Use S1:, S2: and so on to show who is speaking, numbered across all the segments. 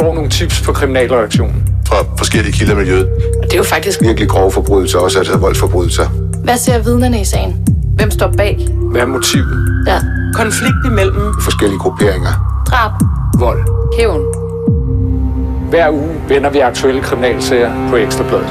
S1: får nogle tips på kriminalreaktionen.
S2: Fra forskellige kilder i miljøet.
S3: Og det er jo faktisk
S2: virkelig grove forbrydelser, også altså voldsforbrydelser.
S3: Hvad ser vidnerne i sagen? Hvem står bag?
S1: Hvad er motivet?
S3: Ja.
S4: Konflikt imellem
S2: forskellige grupperinger.
S3: Drab.
S1: Vold.
S3: Hævn.
S1: Hver uge vender vi aktuelle kriminalsager på Ekstra Bladet.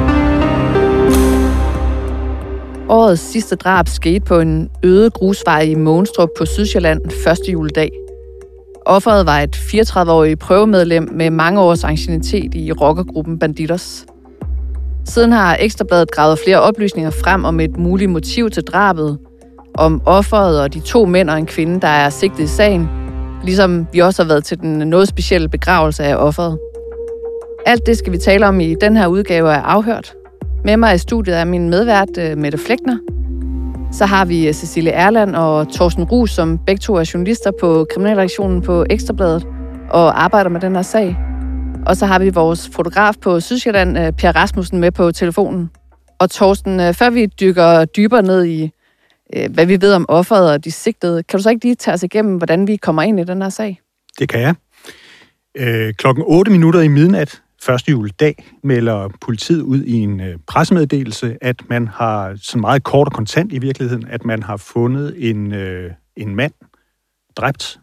S5: Årets sidste drab skete på en øde grusvej i Mogenstrup på Sydsjælland 1. juledag. Offeret var et 34-årigt prøvemedlem med mange års anciennitet i rockergruppen Bandidos. Siden har Ekstra Bladet gravet flere oplysninger frem om et muligt motiv til drabet, om offeret og de 2 mænd og en kvinde, der er sigtet i sagen, ligesom vi også har været til den noget specielle begravelse af offeret. Alt det skal vi tale om i den her udgave af Afhørt. Med mig i studiet er min medvært Mette Fleckner. Så har vi Cecilie Erland og Thorsten Ruus, som begge to er journalister på kriminalredaktionen på Ekstra Bladet og arbejder med den her sag. Og så har vi vores fotograf på Sydsjælland, Per Rasmussen, med på telefonen. Og Thorsten, før vi dykker dybere ned i, hvad vi ved om offeret og de sigtede, kan du så ikke lige tage os igennem, hvordan vi kommer ind i den her sag?
S6: Det kan jeg. Klokken 8 minutter i midnat, 1. juledag, melder politiet ud i en pressemeddelelse, at man har, sådan meget kort og kontant i virkeligheden, at man har fundet en mand dræbt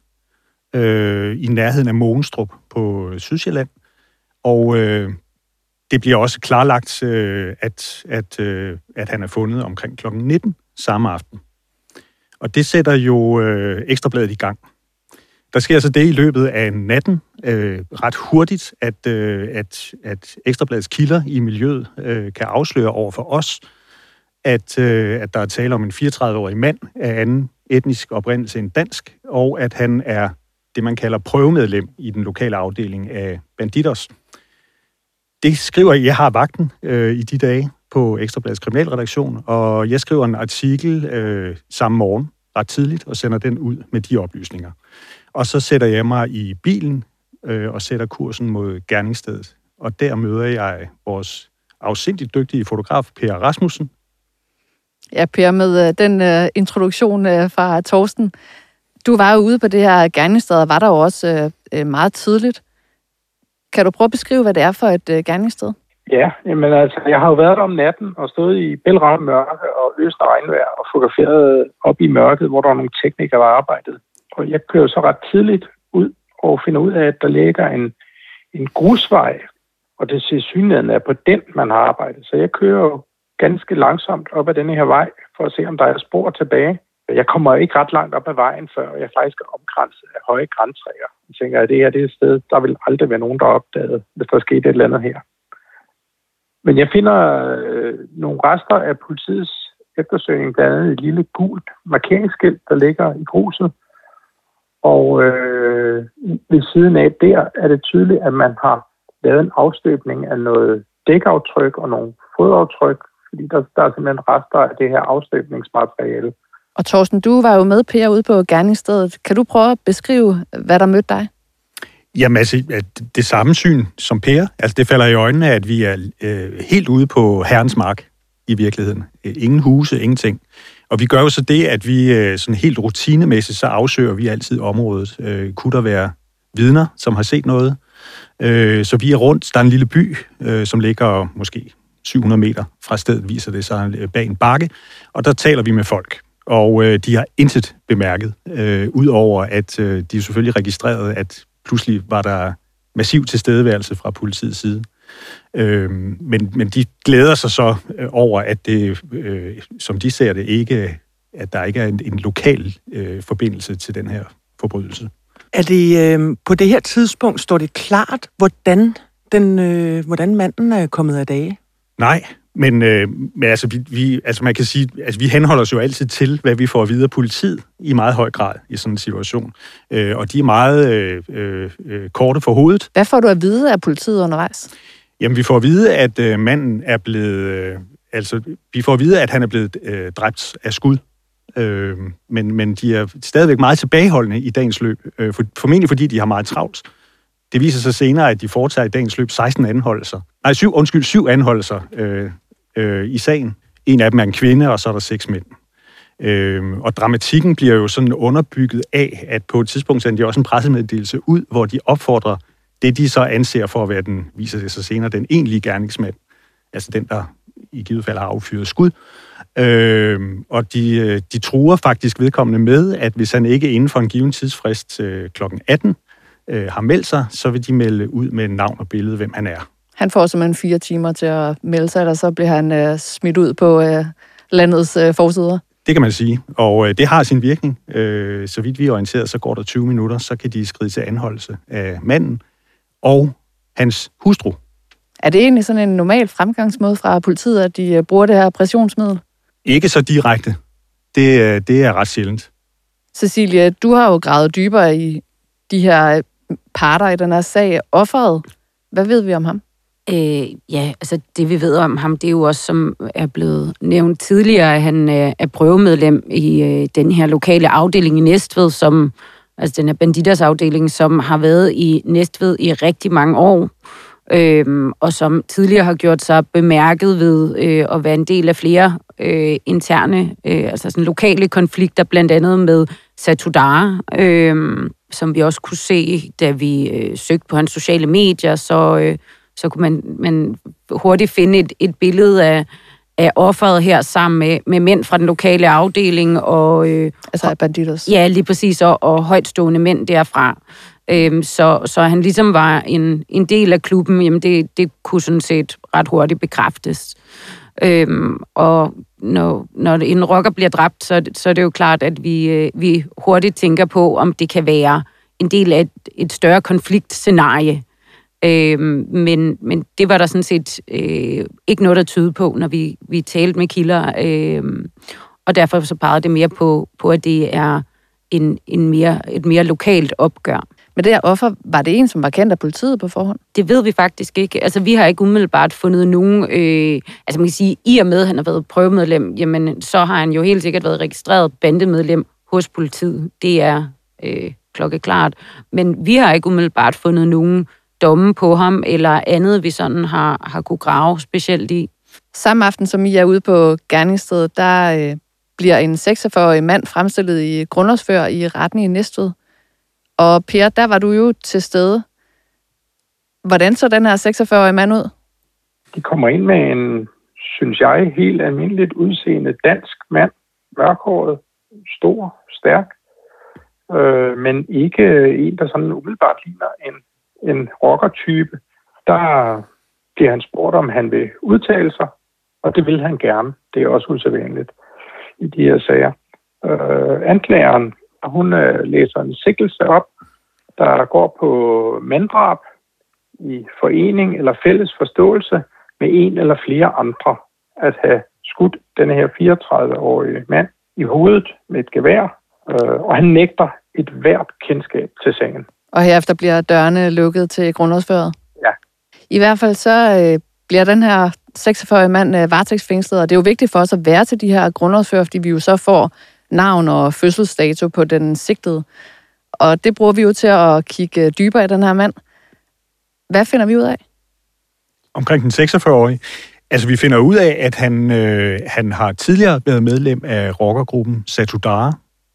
S6: i nærheden af Mogenstrup på Sydsjælland. Og det bliver også klarlagt, at han er fundet omkring klokken 19 samme aften. Og det sætter jo Ekstra Bladet i gang. Der sker så det i løbet af natten ret hurtigt, at Ekstra Bladets kilder i miljøet kan afsløre over for os, at der er tale om en 34-årig mand af anden etnisk oprindelse end dansk, og at han er det, man kalder prøvemedlem i den lokale afdeling af Bandidos. Det skriver jeg har vagten i de dage på Ekstra Bladets kriminalredaktion, og jeg skriver en artikel samme morgen, ret tidligt, og sender den ud med de oplysninger. Og så sætter jeg mig i bilen og sætter kursen mod gerningsstedet. Og der møder jeg vores afsindigt dygtige fotograf, Per Rasmussen.
S5: Ja, Per, med den introduktion fra Thorsten. Du var jo ude på det her gerningssted, og var der jo også meget tidligt. Kan du prøve at beskrive, hvad det er for et gerningssted?
S7: Ja, men altså, jeg har jo været der om natten og stået i bælragende mørke og øsende regnvejr og fotograferet op i mørket, hvor der var nogle teknikere, der arbejdede. Og jeg kører så ret tidligt ud og finder ud af, at der ligger en grusvej, og det tilsyneladende er på den, man har arbejdet. Så jeg kører jo ganske langsomt op ad denne her vej, for at se, om der er spor tilbage. Jeg kommer ikke ret langt op ad vejen, før jeg faktisk er omkranset af høje grantræer. Jeg tænker, at det her det er et sted, der vil aldrig være nogen, der opdaget, hvis der skete et eller andet her. Men jeg finder nogle rester af politiets eftersøgning, blandt andet et lille gult markeringsskilt, der ligger i gruset. Og ved siden af der er det tydeligt, at man har lavet en afstøbning af noget dækaftryk og nogle fodaftryk, fordi der er simpelthen rester af det her afstøbningsmateriale.
S5: Og Thorsten, du var jo med, Per, ude på gerningsstedet. Kan du prøve at beskrive, hvad der mødte dig?
S6: Jamen altså, det samme syn som Per. Altså det falder i øjnene, at vi er helt ude på Herrens mark i virkeligheden. Ingen huse, ingenting. Og vi gør jo så det, at vi sådan helt rutinemæssigt, så afsøger vi altid området. Kunne der være vidner, som har set noget? Så vi er rundt. Der er en lille by, som ligger måske 700 meter fra stedet, viser det sig bag en bakke. Og der taler vi med folk. Og de har intet bemærket, udover at de selvfølgelig registrerede, at pludselig var der massiv tilstedeværelse fra politiets side. Men de glæder sig så over, at det, som de ser det, ikke, at der ikke er en lokal forbindelse til den her forbrydelse.
S4: Er det på det her tidspunkt, står det klart, hvordan manden er kommet af dage?
S6: Nej, men altså, man kan sige, altså, vi henholder os jo altid til, hvad vi får at vide af politiet i meget høj grad i sådan en situation. Og de er meget korte for hovedet.
S5: Hvad får du at vide af politiet undervejs?
S6: Jamen, vi får at vide, at manden er blevet... vi får at vide, at han er blevet dræbt af skud. Men de er stadigvæk meget tilbageholdende i dagens løb. Formentlig fordi de har meget travlt. Det viser sig senere, at de foretager i dagens løb 7 anholdelser i sagen. En af dem er en kvinde, og så er der 6 mænd. Og dramatikken bliver jo sådan underbygget af, at på et tidspunkt sender de også en pressemeddelelse ud, hvor de opfordrer det de så anser for at være viser det sig senere, den egentlige gerningsmand, altså den, der i givet fald har affyret skud. Og de truer faktisk vedkommende med, at hvis han ikke inden for en given tidsfrist kl. 18 har meldt sig, så vil de melde ud med navn og billede, hvem han er.
S5: Han får simpelthen 4 timer til at melde sig, eller så bliver han smidt ud på landets forsider. Det
S6: kan man sige, og det har sin virkning. Så vidt vi er orienteret, så går der 20 minutter, så kan de skride til anholdelse af manden og hans hustru.
S5: Er det egentlig sådan en normal fremgangsmåde fra politiet, at de bruger det her pressionsmiddel?
S6: Ikke så direkte. Det er ret sjældent.
S5: Cecilie, du har jo gravet dybere i de her parter i den her sag. Offeret, hvad ved vi om ham?
S8: Ja, altså det vi ved om ham, det er jo også, som er blevet nævnt tidligere, at han er prøvemedlem i den her lokale afdeling i Næstved, altså den her banditers afdeling, som har været i Næstved i rigtig mange år, og som tidligere har gjort sig bemærket ved at være en del af flere interne, altså sådan lokale konflikter, blandt andet med Satudarah, som vi også kunne se, da vi søgte på hans sociale medier, så kunne man hurtigt finde et billede af offeret her sammen med mænd fra den lokale afdeling.
S5: Altså af banditers.
S8: Ja, lige præcis, og højtstående mænd derfra. Så han ligesom var en del af klubben, jamen det kunne sådan set ret hurtigt bekræftes. Og når en rocker bliver dræbt, så er det jo klart, at vi hurtigt tænker på, om det kan være en del af et større konfliktscenarie. Men det var der sådan set ikke noget, der tyder på, når vi talte med kilder. Og derfor så pegede det mere på at det er et mere lokalt opgør.
S5: Men det her offer, var det en, som var kendt af politiet på forhånd?
S8: Det ved vi faktisk ikke. Altså, vi har ikke umiddelbart fundet nogen... altså, man kan sige, i og med, at han har været prøvemedlem, jamen, så har han jo helt sikkert været registreret bandemedlem hos politiet. Det er klokkeklart. Men vi har ikke umiddelbart fundet nogen domme på ham, eller andet, vi sådan har kunne grave specielt i.
S5: Samme aften, som I er ude på gerningsstedet, der bliver en 46-årig mand fremstillet i grundlovsfører i retten i Næstved. Og Per, der var du jo til stede. Hvordan så den her 46-årige mand ud?
S7: De kommer ind med en, synes jeg, helt almindeligt udseende dansk mand. Mørkhåret, stor, stærk. Men ikke en, der sådan umiddelbart ligner en rockertype. Der bliver han spurgt, om han vil udtale sig, og det vil han gerne. Det er også usædvanligt i de her sager. Anklageren, hun læser en sigtelse op, der går på manddrab i forening eller fælles forståelse med en eller flere andre. At have skudt denne her 34-årige mand i hovedet med et gevær, og han nægter et hvert kendskab til sagen.
S5: Og herefter bliver dørene lukket til grundlovsføret?
S7: Ja.
S5: I hvert fald så bliver den her 46-årige mand varetægtsfængslet, og det er jo vigtigt for os at være til de her grundlovsfører, fordi vi jo så får navn og fødselsdato på den sigtede. Og det bruger vi jo til at kigge dybere i den her mand. Hvad finder vi ud af?
S6: Omkring den 46-årige. Altså, vi finder ud af, at han har tidligere været medlem af rockergruppen Satudarah,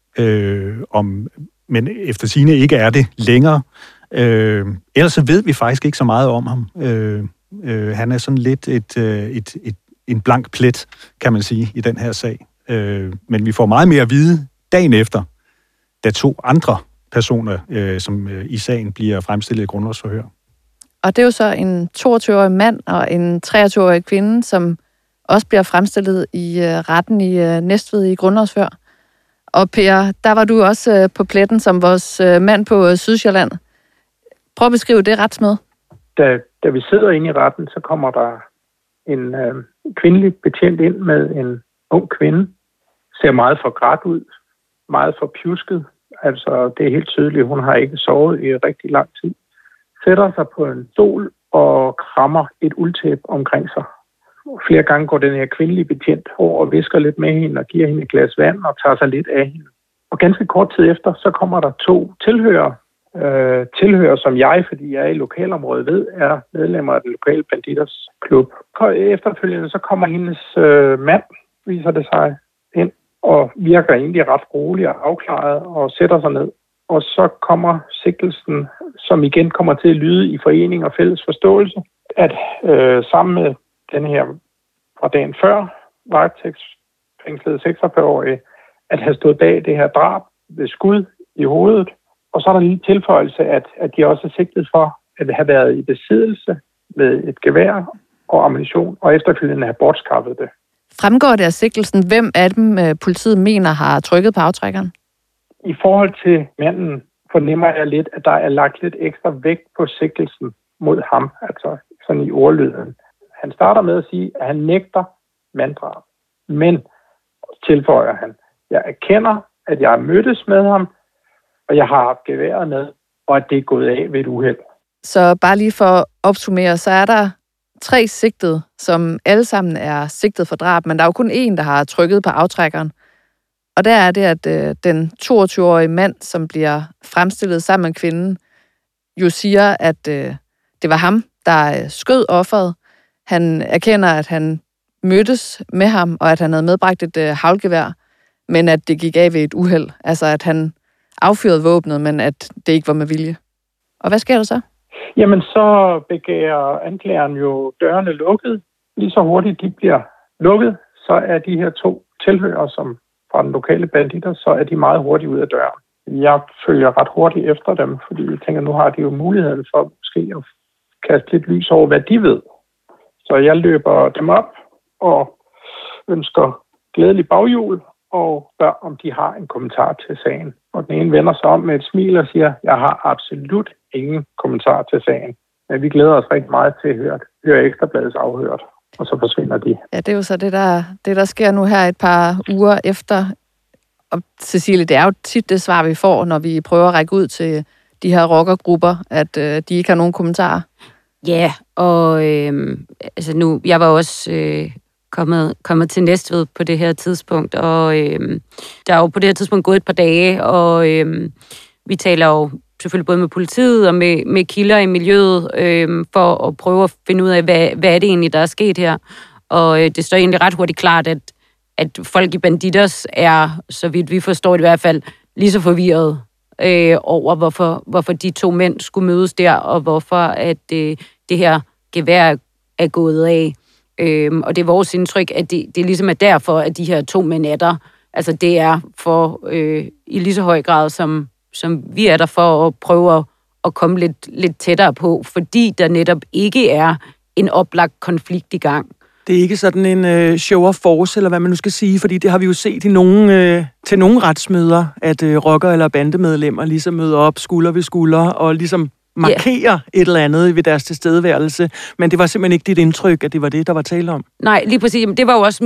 S6: men efter sigende ikke er det længere. Ellers så ved vi faktisk ikke så meget om ham. Han er sådan lidt en blank plet, kan man sige, i den her sag. Men vi får meget mere at vide dagen efter, da 2 andre personer, som i sagen bliver fremstillet i grundlovsforhør.
S5: Og det er jo så en 22-årig mand og en 23-årig kvinde, som også bliver fremstillet i retten i Næstved i grundlovsforhør. Og Per, der var du også på pletten som vores mand på Sydsjælland. Prøv at beskrive det retsmøde.
S7: Da vi sidder inde i retten, så kommer der en kvindelig betjent ind med en ung kvinde. Ser meget for grædt ud, meget for pjusket. Altså, det er helt tydeligt, hun har ikke sovet i rigtig lang tid. Sætter sig på en stol og krammer et uldtæppe omkring sig. Flere gange går den her kvindelige betjent over og visker lidt med hende og giver hende et glas vand og tager sig lidt af hende. Og ganske kort tid efter, så kommer der 2 tilhører. Tilhører, som jeg, fordi jeg er i lokalområdet, ved, er medlemmer af den lokale banditers klub. Efterfølgende så kommer hendes mand, viser det sig, ind og virker egentlig ret rolig og afklaret og sætter sig ned. Og så kommer sigtelsen som igen kommer til at lyde i forening og fælles forståelse, at sammen med den her fra dagen før, varetægtsfængslede 46-årige, at have stået bag det her drab ved skud i hovedet. Og så er der en lille tilføjelse, at de også er sigtet for at have været i besiddelse med et gevær og ammunition, og efterfølgende have bortskaffet det.
S5: Fremgår det af sigtelsen, hvem af dem politiet mener har trykket på aftrækkeren?
S7: I forhold til manden fornemmer jeg lidt, at der er lagt lidt ekstra vægt på sigtelsen mod ham, altså sådan i ordlyden. Han starter med at sige, at han nægter manddrab, men tilføjer han, jeg erkender, at jeg har mødtes med ham, og jeg har haft geværet med, og at det er gået af ved et uheld.
S5: Så bare lige for at opsummere, så er der 3 sigtede, som alle sammen er sigtet for drab, men der er jo kun én, der har trykket på aftrækkeren. Og der er det, at den 22-årige mand, som bliver fremstillet sammen med kvinden, jo siger, at det var ham, der skød offeret. Han erkender, at han mødtes med ham, og at han havde medbragt et haglgevær, men at det gik af ved et uheld. Altså, at han affyrede våbnet, men at det ikke var med vilje. Og hvad sker der så?
S7: Jamen, så begærer anklageren jo dørene lukket. Lige så hurtigt de bliver lukket, så er de her 2 tilhører, som fra den lokale banditter, så er de meget hurtigt ud af døren. Jeg følger ret hurtigt efter dem, fordi jeg tænker, nu har de jo muligheden for måske at kaste lidt lys over, hvad de ved. Så jeg løber dem op og ønsker glædelig baghjul og spørger, om de har en kommentar til sagen. Og den ene vender sig om med et smil og siger, jeg har absolut ingen kommentar til sagen. Men vi glæder os rigtig meget til at høre Ekstrabladets afhørt. Og så forsvinder de. Ja,
S5: det er jo så det, der sker nu her et par uger efter. Og Cecilie, det er jo tit det svar, vi får, når vi prøver at række ud til de her rockergrupper, at de ikke har nogen kommentarer.
S8: Ja, og altså nu, jeg var også kommet til Næstved på det her tidspunkt, og der er jo på det her tidspunkt gået et par dage, og vi taler jo selvfølgelig både med politiet og med kilder i miljøet, for at prøve at finde ud af, hvad er det egentlig, der er sket her. Og det står egentlig ret hurtigt klart, at folk i Bandidos er, så vidt vi forstår det i hvert fald, lige så forvirret over, hvorfor de 2 mænd skulle mødes der, og hvorfor at det her gevær er gået af. Og det er vores indtryk, at det ligesom er derfor, at de her 2 mænd er der. Altså det er for i lige så høj grad, som vi er der for at prøve at komme lidt tættere på, fordi der netop ikke er en oplagt konflikt i gang.
S4: Det er ikke sådan en show of force, eller hvad man nu skal sige, fordi det har vi jo set til nogle retsmøder, at rocker- eller bandemedlemmer ligesom møder op skulder ved skulder og ligesom markerer et eller andet ved deres tilstedeværelse. Men det var simpelthen ikke dit indtryk, at det var det, der var tale om.
S8: Nej, lige præcis. Det var jo også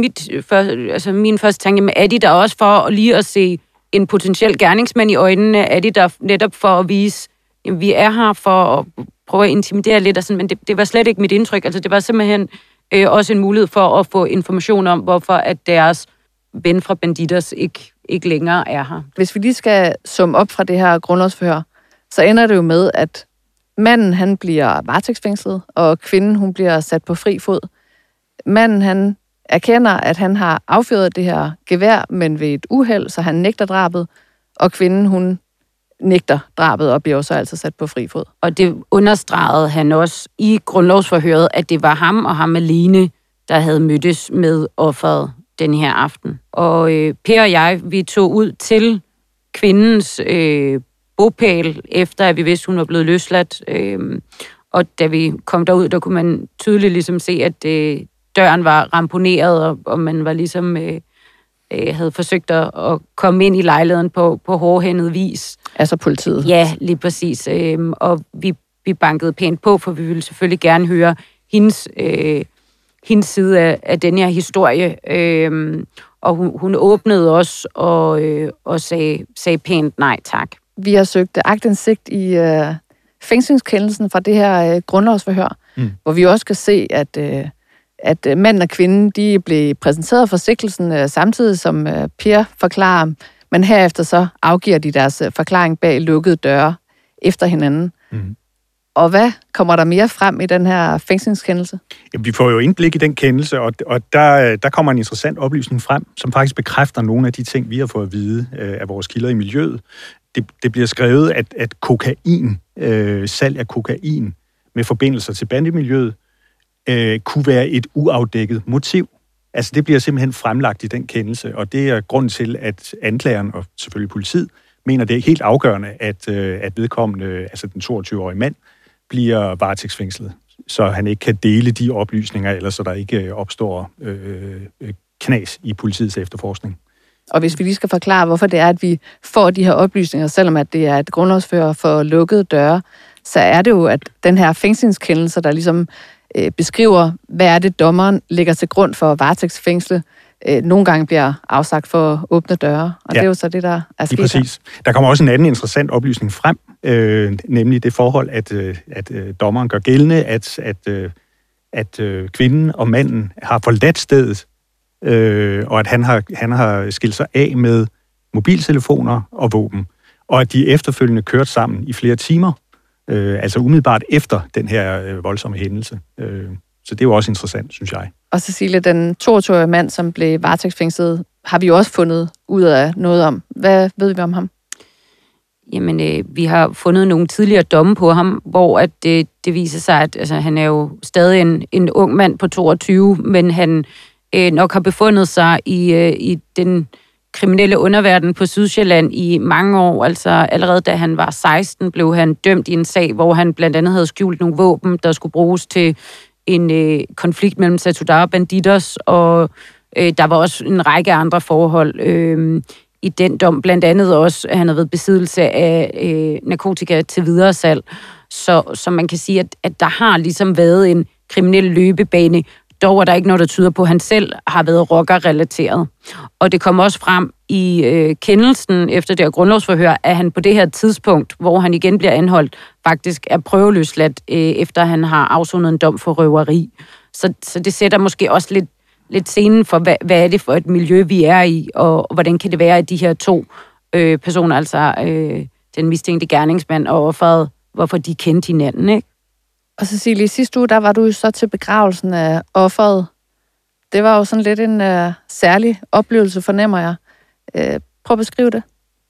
S8: min første tanke med, er de der også for lige at se en potentiel gerningsmand i øjnene? Er de der netop for at vise, at vi er her for at prøve at intimidere lidt? Og sådan, men det var slet ikke mit indtryk. Altså, det var simpelthen også en mulighed for at få information om, hvorfor at deres ven fra Bandidos ikke længere er her.
S5: Hvis vi lige skal summe op fra det her grundlovsforhør, så ender det jo med, at manden han bliver varetægtsfængslet, og kvinden hun bliver sat på fri fod. Manden han erkender, at han har affyret det her gevær, men ved et uheld, så han nægter drabet, og kvinden hun nægter drabet og bliver så altså sat på fri fod.
S8: Og det understregede han også i grundlovsforhøret, at det var ham og ham alene, der havde mødtes med offeret den her aften. Og Per og jeg, vi tog ud til kvindens bopæl, efter at vi vidste, hun var blevet løsladt. Og da vi kom derud, der kunne man tydeligt ligesom se, at døren var ramponeret, og man var ligesom havde forsøgt at komme ind i lejligheden på hårdhændet vis.
S5: Altså politiet?
S8: Ja, lige præcis. Og vi bankede pænt på, for vi ville selvfølgelig gerne høre hendes side af den her historie. Og hun åbnede også og sagde pænt nej tak.
S5: Vi har søgt aktindsigt i fængslingskendelsen fra det her grundlovsforhør, hvor vi også kan se, at manden og kvinden, de blev præsenteret for sigtelsen samtidig som Per forklarer, men herefter så afgiver de deres forklaring bag lukkede døre efter hinanden. Og hvad kommer der mere frem i den her fængslingskendelse?
S6: Jamen, vi får jo indblik i den kendelse, og der kommer en interessant oplysning frem, som faktisk bekræfter nogle af de ting, vi har fået at vide af vores kilder i miljøet. Det bliver skrevet, at kokain, salg af kokain med forbindelser til bandemiljøet, kunne være et uafdækket motiv. Altså, det bliver simpelthen fremlagt i den kendelse, og det er grund til, at anklageren og selvfølgelig politiet mener, det er helt afgørende, at vedkommende, altså den 22-årige mand, bliver varetægtsfængslet, så han ikke kan dele de oplysninger, eller så der ikke opstår knas i politiets efterforskning. Og
S5: hvis vi lige skal forklare, hvorfor det er, at vi får de her oplysninger, selvom at det er et grundlovsfører for lukkede døre, så er det jo, at den her fængslingskendelse, der ligesom beskriver, hvad er det, dommeren lægger til grund for varetægtsfængsle, nogle gange bliver afsagt for åbne døre, og det er jo så det, der er sket.
S6: Præcis. Der kommer også en anden interessant oplysning frem, nemlig det forhold, at dommeren gør gældende, at kvinden og manden har forladt stedet, og at han har skilt sig af med mobiltelefoner og våben, og at de efterfølgende kørte sammen i flere timer, altså umiddelbart efter den her voldsomme hændelse. Så det er jo også interessant, synes jeg.
S5: Og Cecilie, den 22-årige mand, som blev varetægtsfængslet, har vi jo også fundet ud af noget om. Hvad ved vi om ham?
S8: Jamen, vi har fundet nogle tidligere domme på ham, hvor at det viser sig, at altså, han er jo stadig en ung mand på 22, men han nok har befundet sig i den kriminelle underverden på Sydsjælland i mange år. Altså allerede da han var 16, blev han dømt i en sag, hvor han blandt andet havde skjult nogle våben, der skulle bruges til en konflikt mellem Satudarah og Bandidos, og der var også en række andre forhold i den dom. Blandt andet også, at han havde været besiddelse af narkotika til videresalg. Så man kan sige, at der har ligesom været en kriminel løbebane. Dog er der ikke noget, der tyder på, at han selv har været rockerrelateret. Og det kom også frem i kendelsen efter det her grundlovsforhør, at han på det her tidspunkt, hvor han igen bliver anholdt, faktisk er prøveløsladt, efter han har afsonet en dom for røveri. Så det sætter måske også lidt scenen for, hvad er det for et miljø, vi er i, og hvordan kan det være, at de her to personer, altså den mistænkte gerningsmand og offeret, hvorfor de kendte hinanden, ikke?
S5: Og Cecilie, i sidste uge, der var du så til begravelsen af offeret. Det var jo sådan lidt en særlig oplevelse, fornemmer jeg. Prøv at beskrive det.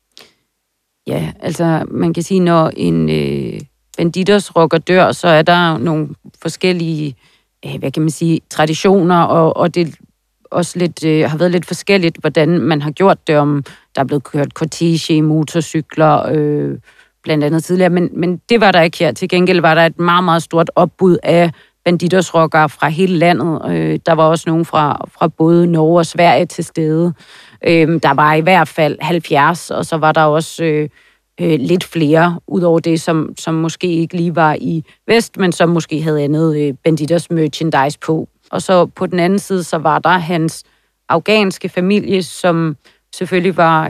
S8: Ja, altså man kan sige, når en Bandidos rocker dør, så er der nogle forskellige, hvad kan man sige, traditioner, og det også lidt, har været lidt forskelligt, hvordan man har gjort det, om der er blevet kørt kortege, motorcykler, blandt andet tidligere, men det var der ikke her. Til gengæld var der et meget, meget stort opbud af Bandidos-rockere fra hele landet. Der var også nogen fra både Norge og Sverige til stede. Der var i hvert fald 70, og så var der også lidt flere, udover det, som måske ikke lige var i vest, men som måske havde andet Bandidos merchandise på. Og så på den anden side, så var der hans afghanske familie, som selvfølgelig var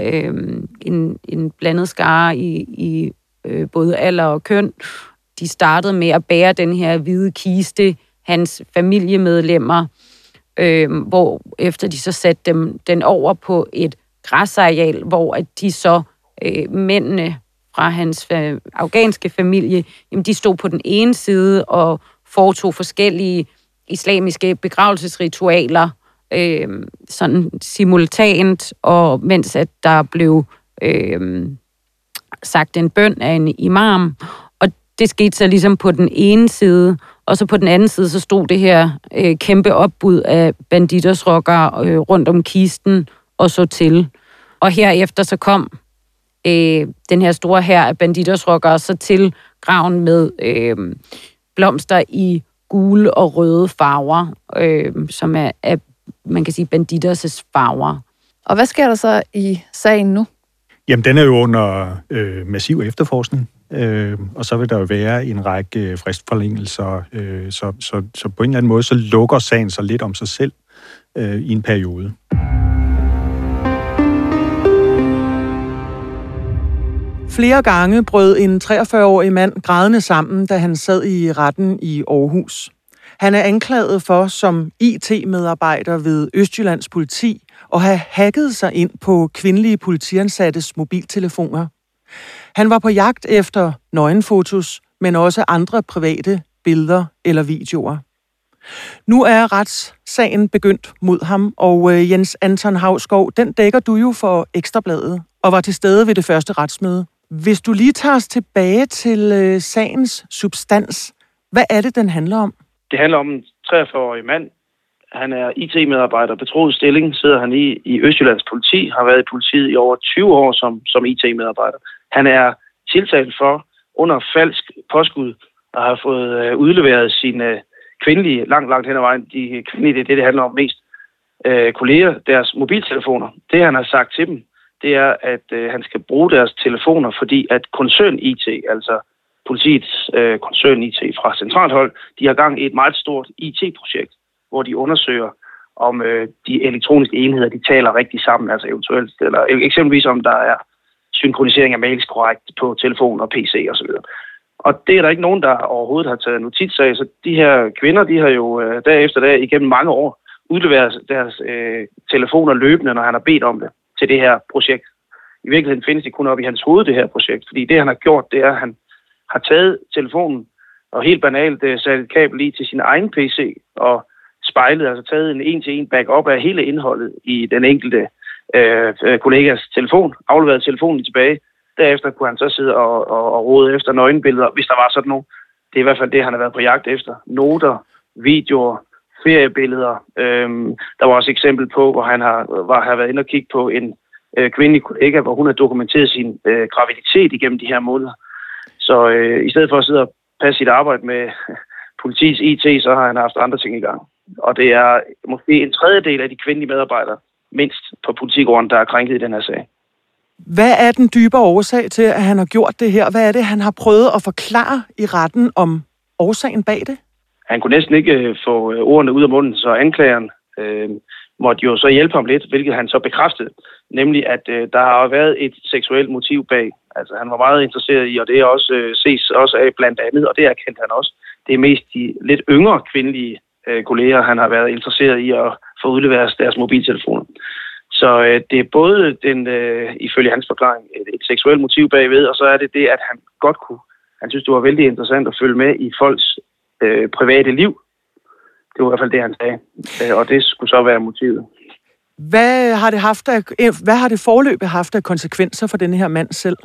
S8: en blandet skare i både alder og køn. De startede med at bære den her hvide kiste, hans familiemedlemmer, hvor efter de så satte den over på et græsareal, hvor at de så mændene fra hans afghanske familie, jamen de stod på den ene side og foretog forskellige islamiske begravelsesritualer, sådan simultant, og mens at der blev sagt en bøn af en imam, og det skete så ligesom på den ene side, og så på den anden side, så stod det her kæmpe opbud af Bandidos-rockere rundt om kisten og så til. Og herefter så kom den her store hær af Bandidos-rockere så til graven med blomster i gule og røde farver, som er man kan sige, Bandidos' farver.
S5: Og hvad sker der så i sagen nu?
S6: Jamen, den er jo under massiv efterforskning, og så vil der jo være en række fristforlængelser, så på en eller anden måde, så lukker sagen sig lidt om sig selv i en periode.
S4: Flere gange brød en 43-årig mand grædende sammen, da han sad i retten i Aarhus. Han er anklaget for, som IT-medarbejder ved Østjyllands politi, at have hacket sig ind på kvindelige politiansattes mobiltelefoner. Han var på jagt efter nøgenfotos, men også andre private billeder eller videoer. Nu er retssagen begyndt mod ham, og Jens Anton Hausgaard, den dækker du jo for Ekstra Bladet og var til stede ved det første retsmøde. Hvis du lige tager os tilbage til sagens substans, hvad er det, den handler om?
S9: Det handler om en 43-årig mand. Han er IT-medarbejder, betroet stilling, sidder han i Østjyllands politi, har været i politiet i over 20 år som IT-medarbejder. Han er tiltalt for under falsk påskud og har fået udleveret sine kvindelige, langt hen ad vejen, de kvindelige, det handler om mest, kolleger, deres mobiltelefoner. Det han har sagt til dem, det er, at han skal bruge deres telefoner, fordi at koncern IT, altså politiets koncern IT fra centralt hold, de har gang i et meget stort IT-projekt, hvor de undersøger, om de elektroniske enheder, de taler rigtig sammen, altså eventuelt, eller eksempelvis om der er synkronisering af mails korrekt på telefon og PC osv. Og det er der ikke nogen, der overhovedet har taget notits af, så de her kvinder, de har jo dag efter dag igennem mange år udleveret deres telefoner løbende, når han har bedt om det til det her projekt. I virkeligheden findes det kun op i hans hoved, det her projekt, fordi det han har gjort, det er, at han har taget telefonen og helt banalt sat et kabel i til sin egen PC og spejlet, altså taget en en-til-en backup af hele indholdet i den enkelte kollegas telefon, afleveret telefonen tilbage. Derefter kunne han så sidde og rode efter nøgenbilleder, hvis der var sådan nogle. Det er i hvert fald det, han har været på jagt efter. Noter, videoer, feriebilleder. Der var også et eksempel på, hvor han har været inde og kigge på en kvindelig kollega, hvor hun har dokumenteret sin graviditet igennem de her måneder. Så i stedet for at sidde og passe sit arbejde med politiets IT, så har han haft andre ting i gang. Og det er måske en tredjedel af de kvindelige medarbejdere, mindst på politigården, der er krænket i den her sag.
S4: Hvad er den dybere årsag til, at han har gjort det her? Hvad er det, han har prøvet at forklare i retten om årsagen bag det?
S9: Han kunne næsten ikke få ordene ud af munden, så anklageren måtte jo så hjælpe ham lidt, hvilket han så bekræftede. Nemlig, at der har været et seksuelt motiv bag. Altså, han var meget interesseret i, og det er også ses også af blandt andet, og det erkendte han også. Det er mest de lidt yngre kvindelige kolleger, han har været interesseret i at få udleveret deres mobiltelefoner. Så det er både ifølge hans forklaring, et seksuelt motiv bagved, og så er det, at han godt kunne. Han synes, det var vældig interessant at følge med i folks private liv. Det var i hvert fald det, han sagde. Og det skulle så være motivet.
S4: Hvad har det foreløbig haft af konsekvenser for denne her mand selv?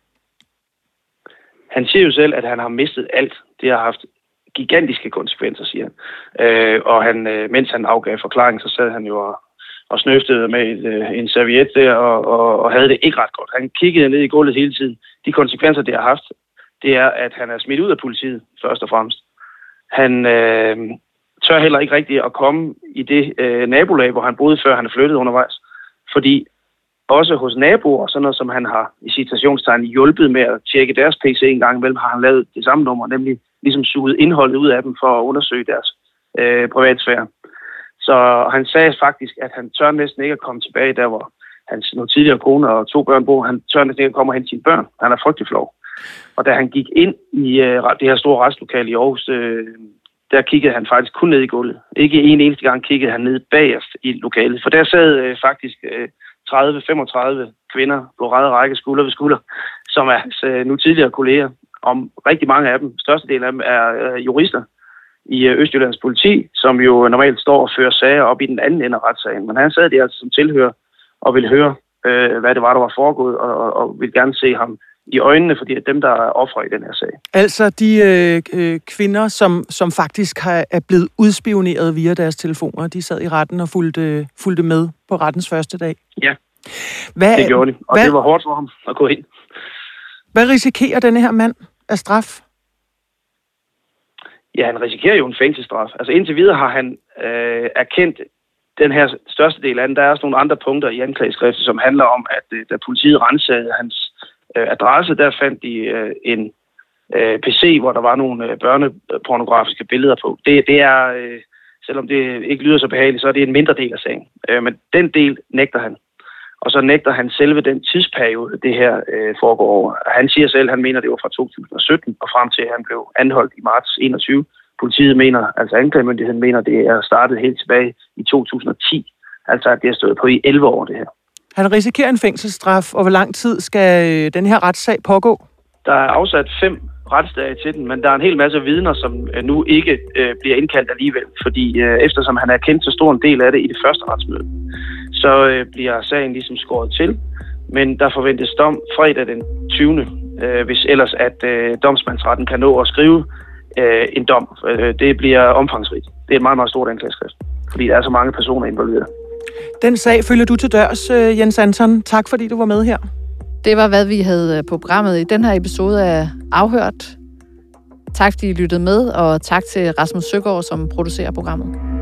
S9: Han siger jo selv, at han har mistet alt. Det har haft gigantiske konsekvenser, siger han. Og mens han afgav forklaring, så sad han jo og snøftede med en serviet der, og havde det ikke ret godt. Han kiggede ned i gulvet hele tiden. De konsekvenser, det har haft, det er, at han er smidt ud af politiet, først og fremmest. Han tør heller ikke rigtigt at komme i det nabolag, hvor han boede, før han er flyttet undervejs. Fordi også hos naboer, sådan noget som han har i citationstegn hjulpet med at tjekke deres PC en gang imellem, har han lavet det samme nummer, nemlig ligesom suget indholdet ud af dem for at undersøge deres privatsfære. Så han sagde faktisk, at han tør næsten ikke at komme tilbage der, hvor hans nu tidligere kone og 2 børn bor. Han tør næsten ikke at komme og hente sine børn. Han er frygtelig flov. Og da han gik ind i det her store retslokale i Aarhus, der kiggede han faktisk kun ned i gulvet. Ikke en eneste gang kiggede han ned bagerst i lokalet. For der sad faktisk 30-35 kvinder på række række skulder ved skulder, som er hans nu tidligere kolleger. Om rigtig mange af dem, størstedelen af dem er jurister i Østjyllands politi, som jo normalt står og fører sager op i den anden ende af retssagen. Men han sad der altså som tilhører og ville høre, hvad det var, der var foregået, og ville gerne se ham i øjnene, fordi det er dem, der er ofre i den her sag.
S4: Altså de kvinder, som faktisk er blevet udspioneret via deres telefoner, de sad i retten og fulgte med på rettens første dag?
S9: Ja, det gjorde de, og det var hårdt for ham at gå ind.
S4: Hvad risikerer denne her mand af straf?
S9: Ja, han risikerer jo en fængselsstraf. Altså indtil videre har han erkendt den her største del af den. Der er også nogle andre punkter i anklageskriftet, som handler om, at da politiet rensede hans adresse, der fandt de en PC, hvor der var nogle børnepornografiske billeder på. Det er, selvom det ikke lyder så behageligt, så er det en mindre del af sagen. Men den del nægter han. Og så nægter han selve den tidsperiode, det her foregår over. Han siger selv, han mener, det var fra 2017 og frem til, at han blev anholdt i marts 21. Politiet mener, altså anklagemyndigheden mener, det er startet helt tilbage i 2010. Altså at det er stået på i 11 år, det her.
S4: Han risikerer en fængselsstraf, og hvor lang tid skal den her retssag pågå?
S9: Der er afsat 5 retsdag til den, men der er en hel masse vidner, som nu ikke bliver indkaldt alligevel, fordi eftersom han er kendt så stor en del af det i det første retsmøde, så bliver sagen ligesom skåret til, men der forventes dom fredag den 20. Hvis ellers at domsmandsretten kan nå at skrive en dom. Det bliver omfangsrigt. Det er et meget, meget stort anklageskrift, fordi der er så mange personer involveret.
S4: Den sag følger du til dørs, Jens Anton. Tak fordi du var med her.
S5: Det var, hvad vi havde på programmet i den her episode af Afhørt. Tak fordi I lyttede med, og tak til Rasmus Søgaard, som producerer programmet.